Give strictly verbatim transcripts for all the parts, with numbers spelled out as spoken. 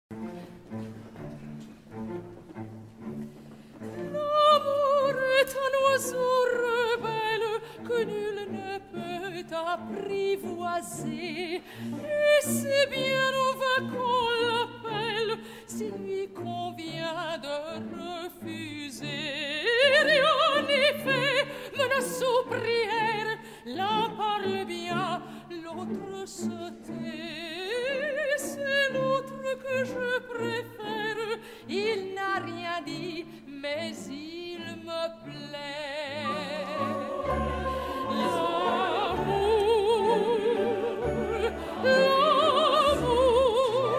L'amour est un oiseau rebelle que nul ne peut apprivoiser. Et c'est bien au vain qu'on l'appelle, s'il lui convient de refuser. Rien n'est fait, menace ou prière, l'un parle bien, l'autre se tait. C'est l'autre que je préfère, il n'a rien dit, mais il me plaît. L'amour, l'amour,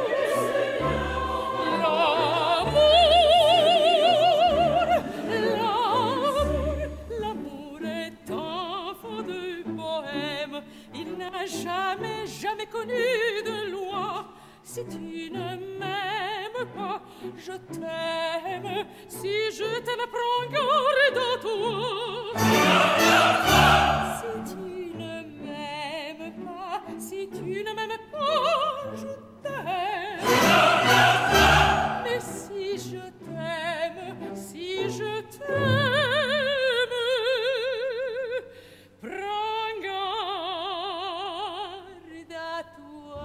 l'amour, l'amour est enfant de poème. Il n'a jamais, jamais connu de loi. Si tu ne m'aimes pas, je t'aime. Si je t'aime, prends garde à toi. Si tu ne m'aimes pas, si tu ne m'aimes pas, je t'aime. Mais si je t'aime, si je t'aime, prends garde à toi.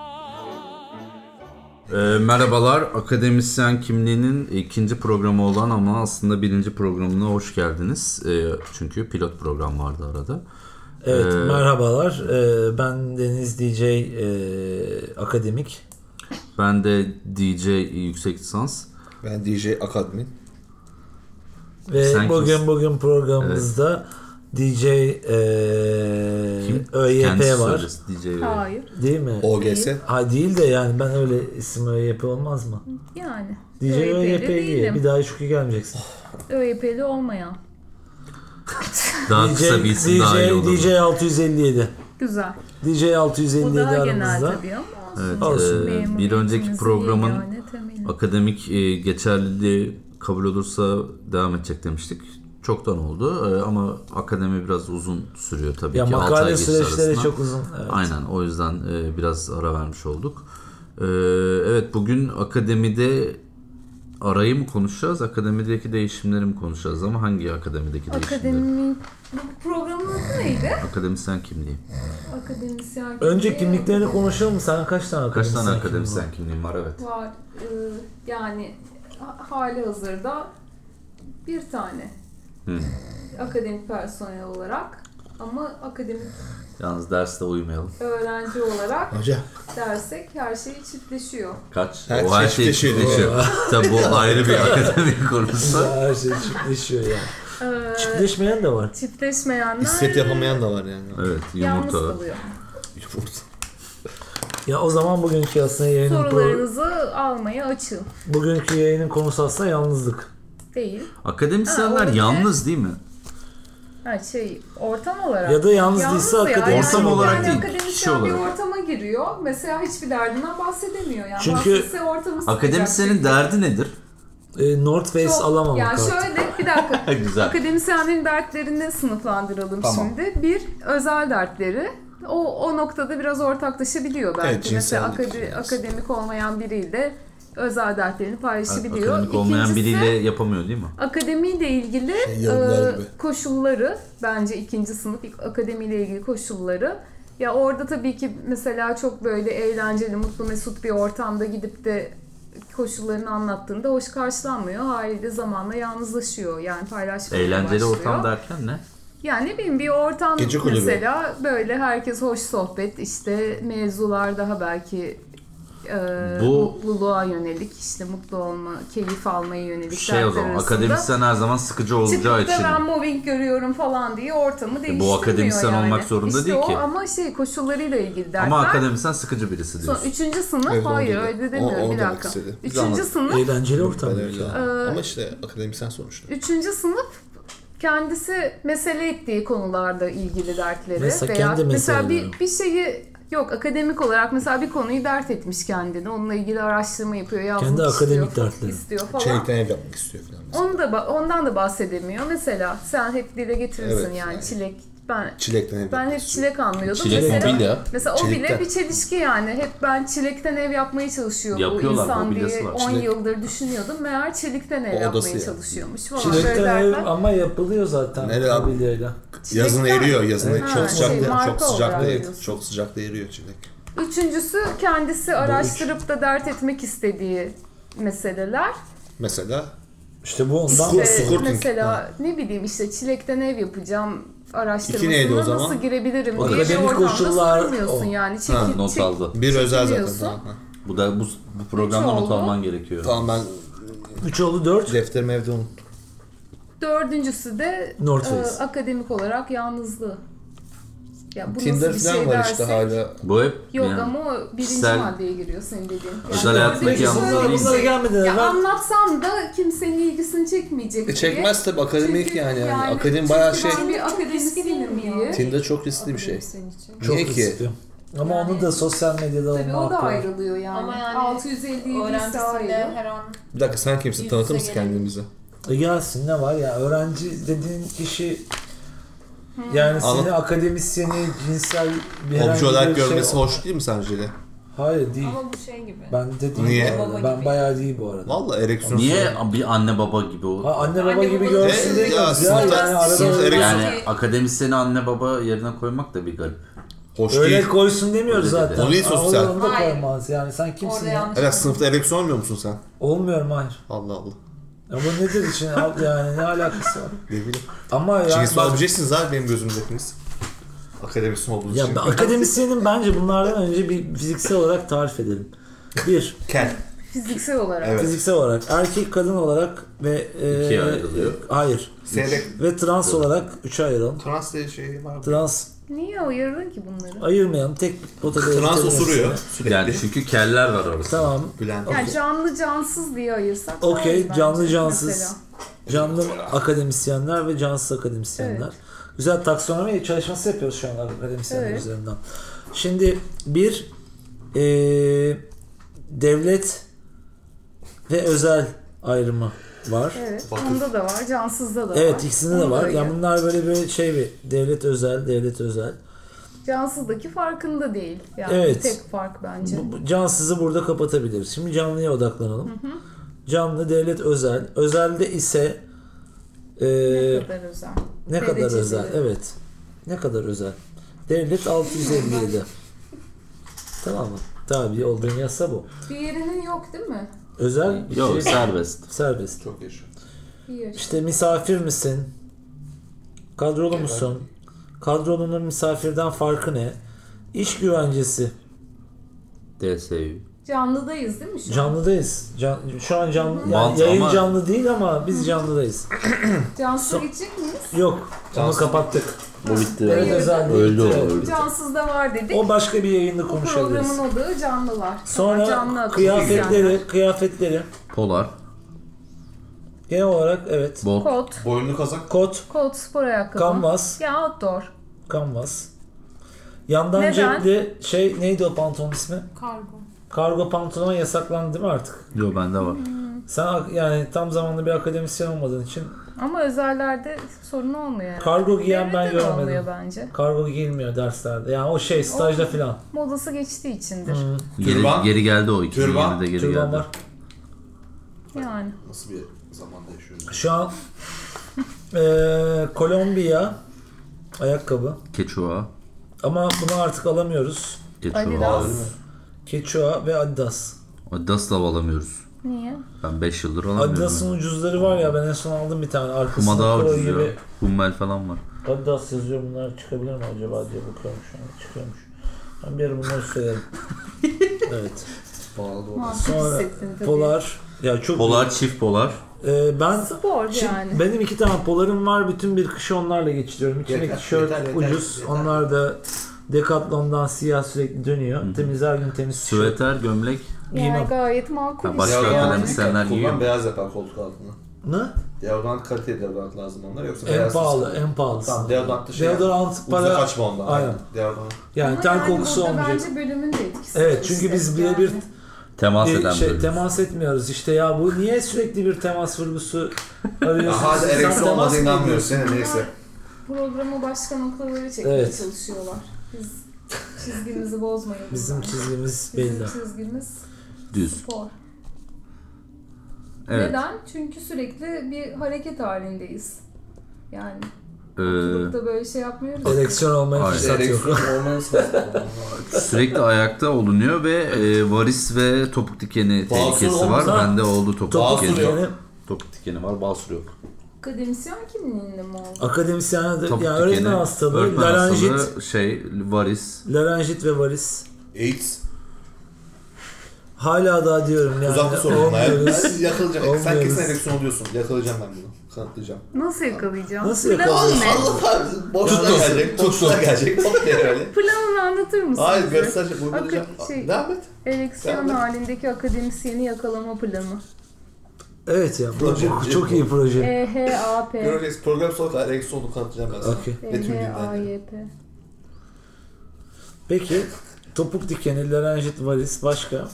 E, merhabalar, Akademisyen Kimliği'nin ikinci programı olan ama aslında birinci programına hoş geldiniz. E, çünkü pilot program vardı arada. Evet, E, merhabalar. E, ben Deniz D J e, Akademik. Ben de D J yüksek lisans. Ben D J Akadmin. Ve Sen bugün kimsin? bugün programımızda D J e, Ö Y P Kendisi var. söylesin, D J Ö Y P. Hayır. Değil mi? O G S. Ha değil de yani ben öyle isim Ö Y P olmaz mı? Yani. D J Ö Y P iyi. değilim. Bir daha şuki gelmeyeceksin. Ö Y P'li olmayan. Daha kısa bir isim daha iyi olur. D J altı yüz elli yedi. Güzel. D J altı yüz elli O yedi daha genel aramızda. tabii ama Evet, Olsun. e, bir önceki programın yegane temeli. akademik e, geçerliliği kabul olursa devam edecek demiştik. Çoktan oldu e, ama akademi biraz uzun sürüyor tabii Ya ki. altı ay makale geçti süreçleri arasından. çok uzun. Evet. Aynen, o yüzden e, biraz ara vermiş olduk. E, evet, bugün akademide arayı mı konuşacağız, akademideki değişimleri mi konuşacağız ama hangi akademideki değişimleri? Akademi... Bu programın adı neydi? Akademisyen kimliği. Akademisyen Önce kimliği kimliklerini konuşalım. Sen kaç tane Kaç akademisyen tane kimliğin akademisyen var? kimliğin var? Evet. var. Ee, yani ha- hali hazırda bir tane Hı. akademik personel olarak ama akademik Yalnız derste uyumayalım. öğrenci olarak Hocam. dersek her şey çiftleşiyor. Kaç? Her o şey her şey çiftleşiyor. çiftleşiyor. Tabii bu ayrı bir akademik konusu. Her şey çiftleşiyor yani. Ee, Çiftleşmeyen de var. çiftleşmeyenler İstet yapamayan da var yani. Evet, yalnız yumurta. kalıyor. Ya o zaman bugünkü aslında yayının pro- Sorularınızı almaya açığım. bugünkü yayının konusu aslında yalnızlık. Değil. Akademisyenler Ha, orada- yalnız değil mi? Ha şey ortam olarak. Ya da yalnız değilse ya, akademisyen yani Ortam olarak yani değil, akademisyen kişi bir olarak. ortama giriyor. Mesela hiçbir derdinden bahsedemiyor. Yani Çünkü bahsetse ortamı sıkacak. Akademisyenin derdi nedir? E, North Face Çok- alamamak Yani artık. şöyle bir dakika. Güzel. Akademisyenlerin dertlerini sınıflandıralım Tamam. şimdi. Bir, özel dertleri. O, o noktada biraz ortaklaşabiliyor belki. Evet, Mesela cinsellik akade- biraz. akademik olmayan biriyle özel dertlerini paylaşabiliyor. Akademik olmayan İkincisi, biriyle yapamıyor değil mi? akademiyle ilgili Şey, yargılar e, gibi. koşulları, bence ikinci sınıf akademiyle ilgili koşulları. Ya orada tabii ki mesela çok böyle eğlenceli, mutlu, mesut bir ortamda gidip de koşullarını anlattığında hoş karşılanmıyor. Haliyle zamanla yalnızlaşıyor. Yani paylaşmaya Eğlenceli başlıyor. ortam derken ne? Yani ne bileyim bir ortam Gece kulübü. mesela böyle herkes hoş sohbet, işte mevzular daha belki e, Bu- mutluluğa yönelik, işte mutlu olma, keyif almaya yönelik Şey o dertler zaman, arasında. akademisyen her zaman sıkıcı olacağı Çıkıp da için. ben mobbing görüyorum falan diye ortamı değiştirmiyor akademisyen yani. olmak zorunda işte değil o, ki. ama şey koşullarıyla ilgili dertler. Ama akademisyen sıkıcı birisi Sonra diyorsun. üçüncü sınıf, Evet, onu hayır dedi. öyle demiyorum O- onu bir demek dakika. istedi. Biz Üçüncü anladık. sınıf, Eğlenceli Ben ortam. öyle. Ee, Ama işte akademisyen sonuçta. üçüncü sınıf kendisi mesele ettiği konularda ilgili dertleri Mesela veya kendi mesela meseleleri. bir, bir şeyi yok akademik olarak mesela bir konuyu dert etmiş kendini. Onunla ilgili araştırma yapıyor, yazmak Kendi istiyor, akademik dertleri. istiyor falan. Çelikten ev yapmak istiyor falan. mesela. Onu da ba- ondan da bahsedemiyor. Mesela sen hep dile getirirsin Evet, yani yani. çilek Ben Çilekten ev ben hep yapıyorsun. çilek anlıyordum. Çilek mesela, mobilya. mesela o Çelikten. bile bir çelişki yani. Hep ben çilekten ev yapmaya çalışıyor bu Yapıyorlar, insan mobilyası diye var. on Çilek- yıldır düşünüyordum. Meğer çelikten ev O odası yapmaya yani. çalışıyormuş falan. Böyle Çilekten ev derken- ama yapılıyor zaten Nerede abi? mobilyayla. Yazın Çilekten- eriyor. Yazın Evet. çok Ha, sıcak şey, çok marka sıcakta olarak evet, diyorsun. çok sıcakta eriyor çilek. Üçüncüsü kendisi araştırıp da dert etmek istediği meseleler. Mesela İşte bu ondan Sku- İşte Skurting. mesela ne bileyim işte çilekten ev yapacağım İki neydi o araştırmasına zaman? nasıl girebilirim diye Akademik bir ortamda koşullar, sormuyorsun o. yani. Ha, Çekil, not çek- aldı. bir özel zaten. çekiliyorsun. Tamam, ha. Bu da bu, bu programda Üç not oldu. alman gerekiyor. Tamam ben üç oldu dört. defterimi evde unuttum. Dördüncüsü de North e, Face. akademik olarak yalnızlığı. Ya bu Tinder nasıl bir falan şey var dersek, işte hala. Bu hep Yok yani, ama o birinci kişisel- maddeye giriyor senin dediğin. Yani Özel hayatındaki dördüncüsü yalnızlığı öyle bir değil. Bunlara şey. gelmeden Ya evvel anlatsam da kimsenin ilgisini çekmeyecek E diye. çekmez tabii akademik Çünkü yani. yani. yani Akademi bayağı çünkü şey. ben bir akademisyenim diye. Tinder çok riskli bir şey. Senin için. çok Niye ki? riskli. Ama Yani- onu da sosyal medyada Tabii olma o da hakkı var. ayrılıyor yani. Ama yani altı yüz elli ise öğrencisiyle ayrı. her an Bir dakika sen kimsin? Yüz Tanıtır yüze mısın gelelim. kendimizi? E gelsin ne var ya öğrenci dediğin kişi yani Anlat- seni akademisyeni cinsel bir herhangi Obje olarak bir şey- görmesi hoş değil mi sence de? Hayır değil. ama bu şey gibi. Ben de değil Niye? bu arada. Baba Ben gibi. bayağı değil bu arada. Valla ereksiyon. niye bir anne baba gibi o? Ha, anne baba Anne gibi baba- görsün E, diye ya ya, ya sınıfta- yani arada sınıf öyle- ereksiyon- Yani akademisyeni anne baba yerine koymak da bir garip. Hoş öyle değil. koysun demiyoruz Öyle zaten. dedi. O değil Ha, sosyal. Onu da Hayır. koymaz yani sen kimsin Orada ya? yanlış. Evet sınıfta ereksiyon olmuyor musun sen? Olmuyorum hayır. Allah Allah. Ama nedir için Al- yani ne alakası var? Ne bileyim. Ama yani Cinsel bak- objesiniz abi benim gözümde hepiniz. Akademisyen olduğunuz ya için. ben akademisyenin bence bunlardan önce bir fiziksel olarak tarif edelim. Bir, Kel. Fiziksel olarak. Evet. fiziksel olarak erkek kadın olarak ve e, İkiye ayrılıyor. Hayır. Seyrek. Ve trans olarak üçe ayıralım. Trans diye şey var mı? Trans Niye ayırdın ki bunları? ayırmayalım. Tek potada Trans eritelim osuruyor hepsini. sürekli. Yani çünkü keller var orada. Tamam. Gülen. Yani canlı cansız diye ayırsak. daha Okey, iyi bence canlı cansız. mesela. Canlı akademisyenler ve cansız akademisyenler. Evet. Güzel taksonomi çalışması yapıyoruz şu an akademisyenler Evet. üzerinden. Şimdi bir eee devlet ve özel ayrımı var. Evet, Vakıf. onda da var, cansızda da var. Evet, ikisinde de Onda var. da Yani öyle. bunlar böyle bir şey bir devlet özel, devlet özel. Cansızdaki farkında değil. Yani Evet. tek fark bence. Bu- bu cansızı burada kapatabiliriz. Şimdi canlıya odaklanalım. Canlı, devlet, özel. Özelde ise eee, ne kadar özel. ne kadar Dereceli. özel? Evet. Ne kadar özel? Devlet altı yüz elli yedi. Tamam mı? Tabii olduğun yasa bu. Diğerinin yok değil mi? Özel bir Yok şey serbest. serbest. Çok yaşa. Diğer. İşte misafir misin? Kadrolu musun? Kadrolunun misafirden farkı ne? İş güvencesi. D S U. Canlıdayız değil mi şu an? Canlıdayız. Can, şu an canlı, yani Bant yayın ama- canlı değil ama biz canlıdayız. Cansıza So- gidecek miyiz? Yok. Onu Cansız. kapattık. Bu bitti. Devlet Hayır. özel değil. Öldü o, Evet. öldü. Cansızda var dedik. O başka bir yayında Bu konuşabiliriz. programın adı canlılar. Sonra canlı akıl kıyafetleri, yani. kıyafetleri Polar. genel olarak evet. Bot. Kot, Boynlu kazak. Kot, kot spor ayakkabı. kanvas, Ya outdoor. kanvas. Yandan Neden? cepli şey neydi o pantolon ismi? Kargo. Kargo pantolon yasaklandı değil mi artık? Yok bende var. Sen ak- yani tam zamanlı bir akademisyen olmadığın için Ama özellerde sorun olmuyor yani. kargo giyen ben Devlette de olmuyor görmedim. bence. Kargo giyilmiyor derslerde. Yani o şey stajda O- filan. Modası geçtiği içindir. Geri, Türban. geri geldi o. iki bin Türban. yirmide geri Türban geldi. var. Yani. Nasıl bir zamanda yaşıyoruz? Şu an eee Kolombiya ayakkabı. Quechua. Ama bunu artık alamıyoruz. Quechua. Adidas. Quechua ve Adidas. Adidas da alamıyoruz. Niye? Ben beş yıldır alamıyorum. Adidas'ın ucuzları var ya, ben en son aldım bir tane. Kuma Arkasında daha Pro ucuz ya. gibi. Hummel falan var. Adidas yazıyor, bunlar çıkabilir mi acaba diye bakıyorum şu an. Çıkıyormuş. Ben bir ara bunları söylerim. Evet. Mantık Sonra hissettin tabii. Polar. Ya çok Polar, çift polar. Ee, ben Spor Şimdi yani. benim iki tane polarım var. Bütün bir kışı onlarla geçiriyorum. İçindeki Yeter, tişört yeter, yeter, ucuz. yeter. Onlar da Decathlon'dan siyah sürekli dönüyor. Temiz, her gün temiz tişört. Süveter, gömlek. Yani giymem. gayet makul Ha, bir başka şey akademisyen- yani. akademisyenler giyiyor. Kullan beyaz yapar koltuk altına. Ne? Deodorant kaliteli deodorant lazım onlar yoksa En beyaz pahalı, sistem. en pahalısı. Tamam deodorant da şey Deodorant Ucuza para... kaçma ondan. Aynen. Deodorant. Yani Ama ter yani kokusu burada olmayacak. bence bölümün de etkisi. Evet, var çünkü işte. biz birebir Yani. Temas bir eden şey, bölüm. temas etmiyoruz. İşte ya bu niye sürekli bir temas vurgusu arıyorsunuz? Ya hala Sen ereksiyon temas olmadığına mı inanmıyoruz ediyorsun? seni neyse. Programa başka noktaları çekmeye Evet. çalışıyorlar. Biz çizgimizi bozmayalım. Bizim bence. çizgimiz Bizim belli. çizgimiz Düz. spor. Evet. Neden? Çünkü sürekli bir hareket halindeyiz. Yani Ee, oturup da böyle şey yapmıyoruz. Ereksiyon olmaya Hayır. fırsat yok. Ereksiyon olmanız lazım. sürekli ayakta olunuyor ve e, varis ve topuk dikeni Basur tehlikesi var. olmasa- Bende oldu topuk Topuk dikeni. dikeni. Topuk dikeni var, basur yok. Akademisyen kimliğinde mi oldu? Akademisyen de Topuk yani öğretmen dikeni, hastalığı, öğretmen larenjit, hastalığı, şey, varis. larenjit ve varis. AIDS. Hala daha diyorum yani. Uzakta sorun. olmuyoruz. Yani yakalayacak. Sen Olmuyoruz. kesin ereksiyon oluyorsun. Yakalayacağım ben bunu. Kanıtlayacağım. Nasıl yakalayacağım? Nasıl Planın yakalayacağım? ne? Allah kahretsin. Boşuna Tuttum. gelecek. Boşuna gelecek. Hop diye öyle. Planını anlatır mısın? Hayır bize? göstereceğim. Uygulayacağım. Aka- şey- Devam et. Ereksiyon Devam et. halindeki akademisyeni yakalama planı. Evet ya. Proje. Bu çok iyi proje. E H A P. Göreceğiz. Program sonuna kadar ereksiyon olduğunu kanıtlayacağım ben sana. Okey. Ve tüm E H A dinleyenlere. Y P. Peki topuk dikeni, larenjit, varis başka?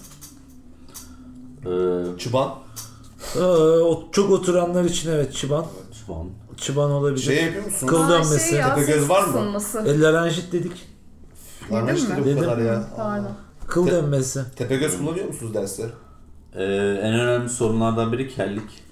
Ee, Çıban. Ee, o- çok oturanlar için evet çıban. şu an. Çıban olabilir. Şey yapıyor musun? Kıl Aa, dönmesi. Şey ya, Tepe göz ses var mı? kısılması. E, larenjit dedik. Lan Dedim işte mi? bu Dedim. kadar ya. Pardon. Kıl Te- dönmesi. Tepegöz kullanıyor musunuz dersler? Ee, en önemli sorunlardan biri kellik.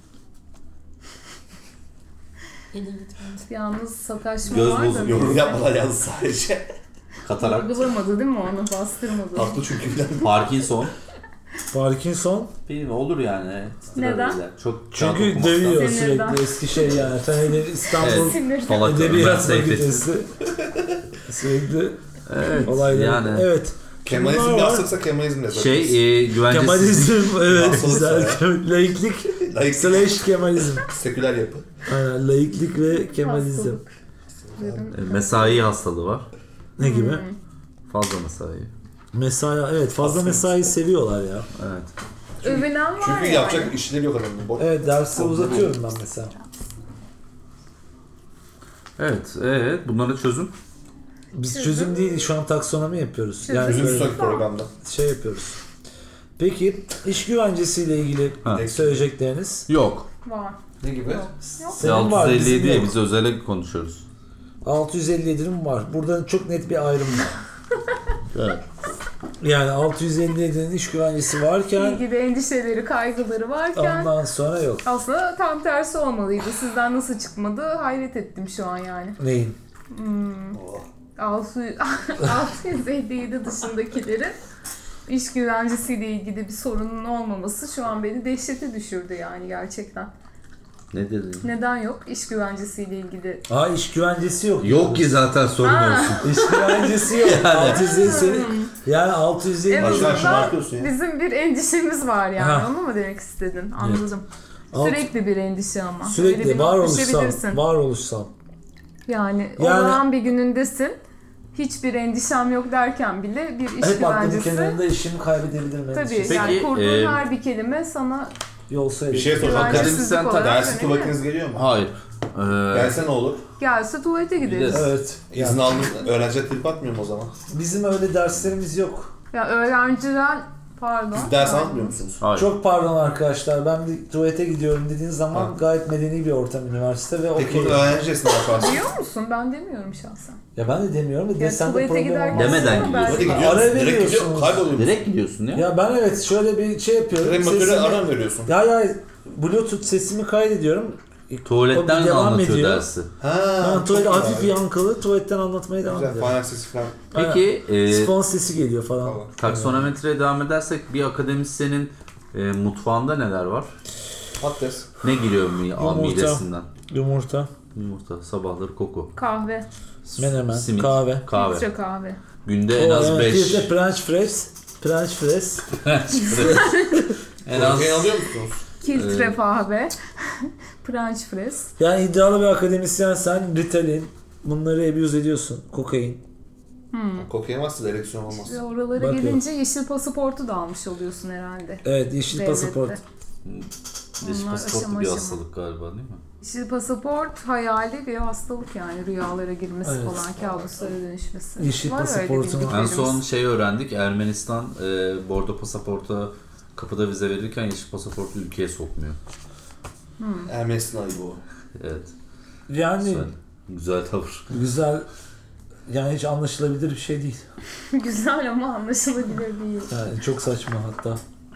Yalnız sataşma Göz var da. bozuyor. Yorum yapmalar yalnız sadece. Katarakt. Vurgulamadı değil mi onu? Bastırmadı. Haklı çünkü filan. Parkinson. Parkinson. Bilmiyorum, olur yani. Neden? Titrer Çok kağıt Çünkü okumaktan. dövüyor Sinirden. sürekli eski şey yani. Fener'in İstanbul Evet. Sinirden. Falak Edebiyat Üniversitesi. Fakültesi. Sürekli Evet. olaylar. Yani. Evet. Kemalizm Kimler var? yapsaksa Kemalizm yazarız. Şey, e, güvencesiz. Kemalizm evet Hastalık güzel. var. Laiklik Layık, slash Kemalizm. seküler yapı. Aynen laiklik ve Kemalizm. Hastalık. Dedim. E, mesai hastalığı var. Ne gibi? Hmm. Fazla mesai. Mesai evet fazla Aslında- mesai seviyorlar ya. Evet. Övünen var Çünkü yani. yapacak işleri yok adamın. Boş. Evet dersi uzatıyorum ben mesela. Evet, evet. Bunlara çözüm. Biz çözüm değil şu an taksonomi yapıyoruz. Yani Bizim böyle sonraki programda. şey yapıyoruz. Peki iş güvencesiyle ilgili Ha. söyleyecekleriniz? Yok. Var. Ne gibi? Yok. Yok. Senin var, altı yüz elli bizim diye yok. biz özele konuşuyoruz. altı yüz elli yedi'nin var. Burada çok net bir ayrım var. Evet. Yani altı yüz elli yedi'nin iş güvencesi varken İlgili endişeleri, kaygıları varken ondan sonra yok. aslında tam tersi olmalıydı. Sizden nasıl çıkmadı hayret ettim şu an yani. Neyin? Hmm. Oh. altı yüz elli yedi dışındakilerin iş güvencesiyle ilgili bir sorunun olmaması şu an beni dehşete düşürdü yani gerçekten. Ne dedin? Neden yok iş güvencesiyle ilgili? Aa iş güvencesi yok. Yok ki zaten sorun Ha. olsun. İş güvencesi yok. altı yüz elli seni yani altı yüz elli En Başka azından aşama yapıyorsun ya. bizim bir endişemiz var yani. Ha. Onu mu demek istedin? Anladım. Alt- Sürekli bir endişe ama. Öyle bir sürekli not varoluşsal, düşebilirsin. varoluşsal. Yani, Yani- olağan bir günündesin. Hiçbir endişem yok derken bile bir iş Hep aklımın güvencesi. kenarında işimi kaybedebilirim. Tabii endişesi. yani Peki, kurduğun e, her bir kelime sana Yol söyle. Bir şey soracağım. güvencesizlik Akademisyen olarak Dersi önemli. tuvaletiniz geliyor mu? Hayır. Ee, Gelse ne olur? Gelse tuvalete gideriz. Gideriz. Evet. İzin Yani aldın, öğrenciye trip atmıyor mu o zaman? bizim öyle derslerimiz yok. Ya öğrenciler pardon. Siz ders almıyor musunuz? hayır. Çok pardon arkadaşlar ben bir tuvalete gidiyorum dediğin zaman Ha. gayet medeni bir ortam üniversite ve Peki okey. burada öğrencisin ne yaparsın? Biliyor musun? Ben demiyorum şahsen. Ya ben de demiyorum da Ya desende tuvalete problem giderken olmaz. Demeden sonra gidiyorsun. Hadi belki- gidiyorsun. Ara Direkt gidiyor. veriyorsunuz. Kayboluyor musun? Direkt gidiyorsun ya. Ya ben evet şöyle bir şey yapıyorum. Prematöre Sesimi- ara mı veriyorsun? Ya ya Bluetooth sesimi kaydediyorum. Tuvaletten O devam anlatıyor ediyor. dersi. Ha. Ben tuvalet çok hafif iyi. yankılı tuvaletten anlatmaya devam Güzel. ediyorum. Fayans sesi falan. Peki e, Sifon sesi geliyor falan. Falan. taksonometreye devam edersek bir akademisyenin e, mutfağında neler var? Patates. Ne giriyor mi Yumurta. midesinden? Yumurta, Yumurta, sabahları koku. Kahve. menemen, Simit, kahve. kahve. Filtre kahve. Günde en az O, evet, beş. bir de French fries. French fries. En az Protein alıyor musunuz? Filtre Evet. kahve. French fries. Yani iddialı bir akademisyen sen Ritalin bunları abuse ediyorsun. Kokain. Hmm. Kokain varsa da ereksiyon olmaz. Ve oralara Bakıyorum. gelince yeşil pasaportu da almış oluyorsun herhalde. Evet yeşil Devlette. pasaport. Diş Onlar pasaportu aşama bir aşama. hastalık galiba değil mi? Yeşil pasaport hayali bir hastalık yani rüyalara girmesi Evet. falan, kabuslara dönüşmesi. Yeşil Var öyle pasaportunu- En bildiklerimiz. son şey öğrendik. Ermenistan e, bordo pasaporta kapıda vize verirken yeşil pasaportu ülkeye sokmuyor. Hmm. Ermenistan ayıbı o. Evet. Yani Söyle. Güzel tavır. Güzel, yani hiç anlaşılabilir bir şey değil. Güzel ama anlaşılabilir değil. Yani çok saçma hatta.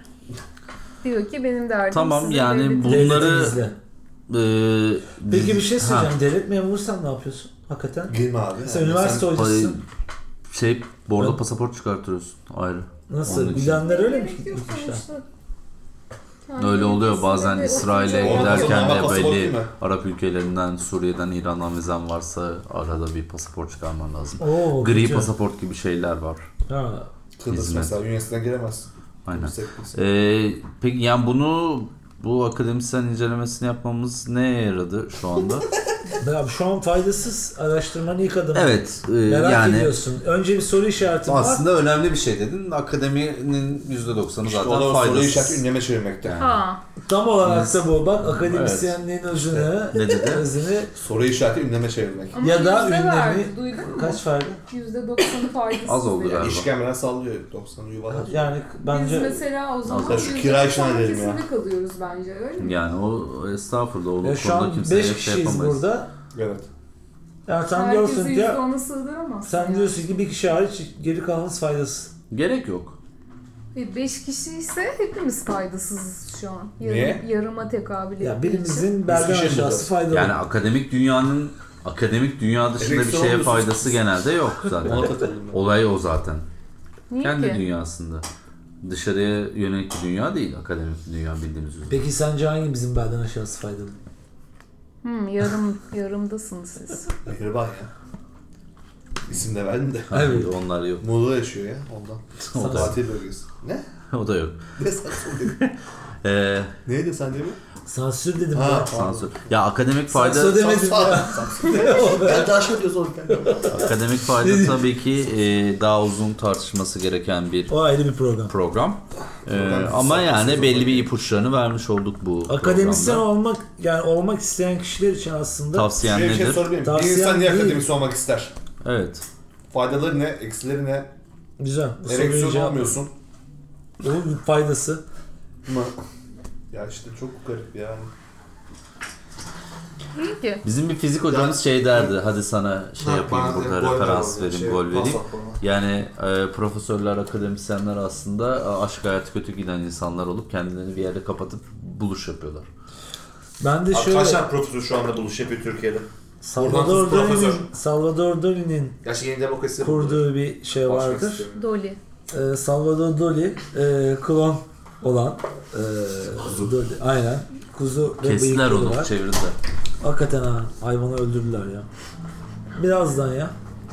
Diyor ki benim derdim Tamam, sizin yani devletin- bu- Bunları- Devletimizle. Ee, Peki bir biz- şey ha, söyleyeceğim. Devlet memuruysan ne yapıyorsun? Hakikaten. Girme abi. Sen Yani üniversite sen- hocasısın. Şey, bordo Ben- pasaport çıkartıyorsun ayrı. Nasıl? Onun için. Bilenler öyle mi Gerek yok gitmişler? sonuçta. Yani Öyle oluyor ülkesinde bazen de İsrail'e okuyacak giderken Ama de pasaport değil belli mi? Arap ülkelerinden, Suriye'den, İran'dan vizen varsa arada bir pasaport çıkarman lazım. Oo, Gri kötü. pasaport gibi şeyler var. Ha. Kıbrıs Hizmet. mesela üniversiteden giremezsin. Aynen. Kıbrıs ekmesi. Ee, peki yani bunu bu akademisyen incelemesini yapmamız neye yaradı şu anda? Ya şu an faydasız araştırmanın ilk adımı. Evet, e, Merak yani ediyorsun. Önce bir soru işareti var. aslında önemli bir şey dedin. Akademinin yüzde doksanı İşte zaten o da soru işareti faydasız. ünleme çevirmekte. Yani. Ha. Tam olarak da bu. Bak akademisyenliğin özünü, Ne dedi? özünü Soru işareti ünleme çevirmek. Ama ya da yüzde verdi, ünlemi duydun mu? kaç verdi? yüzde doksanı faydasız. Az oldu dedi. galiba. İşkembeler sallıyor doksanı yuvarlak. Yani Biz bence mesela o zaman Ya şu kira işine yüzde doksan edelim ya. ötesinde kalıyoruz bence öyle mi? Yani o estağfurullah o ya şu konuda an kimseye beş şey kişiyiz yapamayız. burada. Evet. Yani sen Herkesi diyorsun ki yüzde ya, ona sığdıramazsın. sen yani. diyorsun ki bir kişi hariç geri kalanınız faydasız. Gerek yok. E, Beş kişi ise hepimiz faydasızız şu an. Yarım, Niye? Yarıma tekabül ettiği Ya için. birimizin belden kişi aşağısı bulacağız. faydalı. Yani akademik dünyanın akademik dünya dışında bir Ereksiyon şeye olmuyorsun. faydası genelde yok zaten. Ona katıldım ben. Olay o zaten. Niye Kendi ki? dünyasında. Dışarıya yönelik bir dünya değil akademik bir dünya bildiğimiz üzere. Peki sence hangimizin belden aşağısı faydalı? Hmm, yarım, yarımdasınız siz. Mihriban ya. İsim de verdim de. Hayır, onlar yok. Muğla'da yaşıyor ya ondan. O da, Tatil bölgesi. Ne? o da yok. Ne sansür dedin? Ee, Neydi sen demin? Sansür dedim Ha, ya. sansür. Ya akademik fayda Sansür demedim ya. Ben de aşağı diyoruz oğlum. akademik fayda tabii ki e, daha uzun tartışması gereken bir O ayrı bir program. program. Ee, Program ama saçma yani sapan belli bir değil. ipuçlarını vermiş olduk bu Akademisyen programda. olmak, yani olmak isteyen kişiler için aslında Tavsiyen Şuraya bir şey nedir? sorabilirim. Bir Tavsiyem insan niye değil. akademisyen olmak ister? Evet. Faydaları ne? Eksileri ne? güzel. Bu soruyu Ereksiyon cevap- olmuyorsun Onun faydası. mı? Ya işte çok garip yani. İyi ki. Bizim bir fizik hocamız şey derdi. Hadi sana şey Ha, yapayım bana burada gol referans ver, vereyim, şey, gol pas vereyim. at bana. Yani e, profesörler, akademisyenler aslında e, aşk hayatı kötü giden insanlar olup kendilerini bir yerde kapatıp buluş yapıyorlar. Ben de şöyle Arkadaşlar profesör şu anda buluş yapıyor Türkiye'de. Salvador Orhan Kız Dali'nin profesör. Salvador Dali'nin Gerçi yeni demokrasi kurduğu bir şey Başka vardır. sistemi. Dolly. Ee, Salvador Dali e, klon olan e, Dali, aynen. Kuzu ve Kestiler bıyıkları onu, var. çevirdiler. Hakikaten ha, hayvanı öldürdüler ya. Birazdan ya.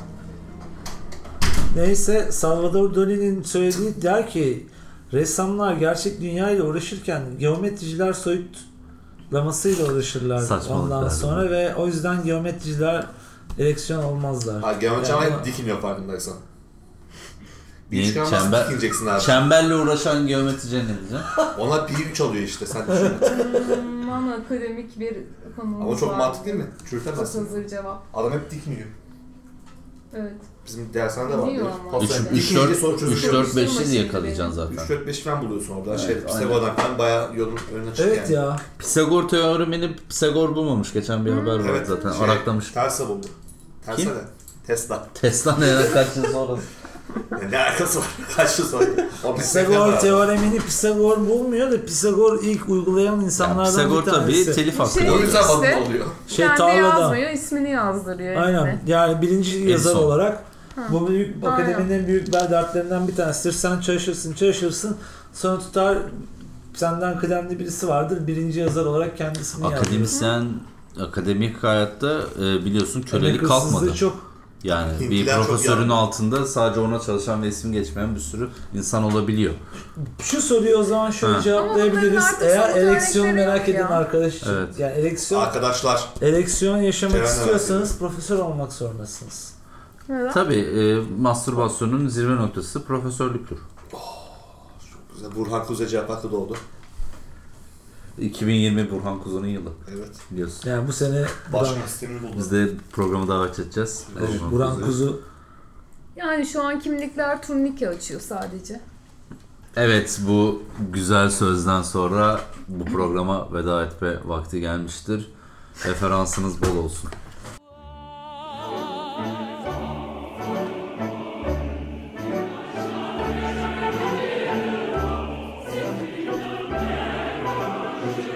Neyse, Salvador Dali'nin söylediği der ki ressamlar gerçek dünyayla uğraşırken geometriciler soyutlamasıyla uğraşırlar Saçmalıklar ondan sonra değil ve o yüzden geometriciler ereksiyon olmazlar. Ha geometri Yani ama o- dik iniyor farkındaysan. Bir Niye? üçgen nasıl Çember- dik ineceksin abi? Çemberle uğraşan geometrice ne diyeceksin? Ona pi üç alıyor işte sen düşün. Aman akademik bir konumuz Ama çok var. mantıklı değil mi? Çok Çürütemezsin. hazır cevap. Adam hep dik iniyor. Evet. Bizim dershanede var. İniyor böyle. ama. Pas- Üç- yani üç dik inince dört soru çözülüyor. üç dört beşi Çalıştırma diye şimdi yakalayacaksın zaten. üç dört beş falan buluyorsun orada. Evet, şey, aynen. Pisagor'dan falan bayağı yolun önüne çık Evet yani. ya. Pisagor teoremini Pisagor bulmamış. Geçen bir haber var Evet, zaten. şey, Araklamış. Tesla buldu. Tesla Kim? ne? Tesla. Tesla ne kaç yıl sonra? Ya ne alakası var? Kaç yıl sonra? O Pisagor teoremini Pisagor bulmuyor da Pisagor ilk uygulayan Yani insanlardan Pisagor bir tanesi. tabii telif hakkı. Şey- O yüzden İşte- adını oluyor. Şey Kendi tarladan. yazmıyor, ismini yazdırıyor. Aynen. eline. Yani birinci yazar son. olarak bu büyük Aynen. akademinin en büyük dertlerinden bir tanesidir. Sen çalışırsın, çalışırsın. Sonra tutar senden kıdemli birisi vardır. Birinci yazar olarak kendisini yazdırır. Akademisyen akademik hayatta e, biliyorsun kölelik Emek hırsızlığı kalkmadı. çok. Yani bir Hintliler çok profesörün yardım. altında sadece ona çalışan ve isim geçmeyen bir sürü insan olabiliyor. Şu soruyu o zaman şöyle Ha. cevaplayabiliriz. Ama bunların Eğer artık ereksiyonu örnekleri merak yok eden ya. arkadaş için. Evet. Yani ereksiyon, Arkadaşlar. ereksiyon yaşamak Ceren istiyorsanız profesör olmak zorundasınız. Neden? Tabii e, mastürbasyonun zirve noktası profesörlüktür. Güzel. Burhan Kuzey cevap hakkı doğdu. iki bin yirmi Burhan Kuzu'nun yılı Evet. biliyorsun. Yani bu sene Buran, Başka sistemini buldu. Biz de programı davet edeceğiz. evet, Burhan Buran Kuzu'yu. Kuzu Yani şu an kimlikler turnike açıyor sadece. Evet, bu güzel sözden sonra bu programa veda etme vakti gelmiştir. Referansınız bol olsun. Hoşçakalın.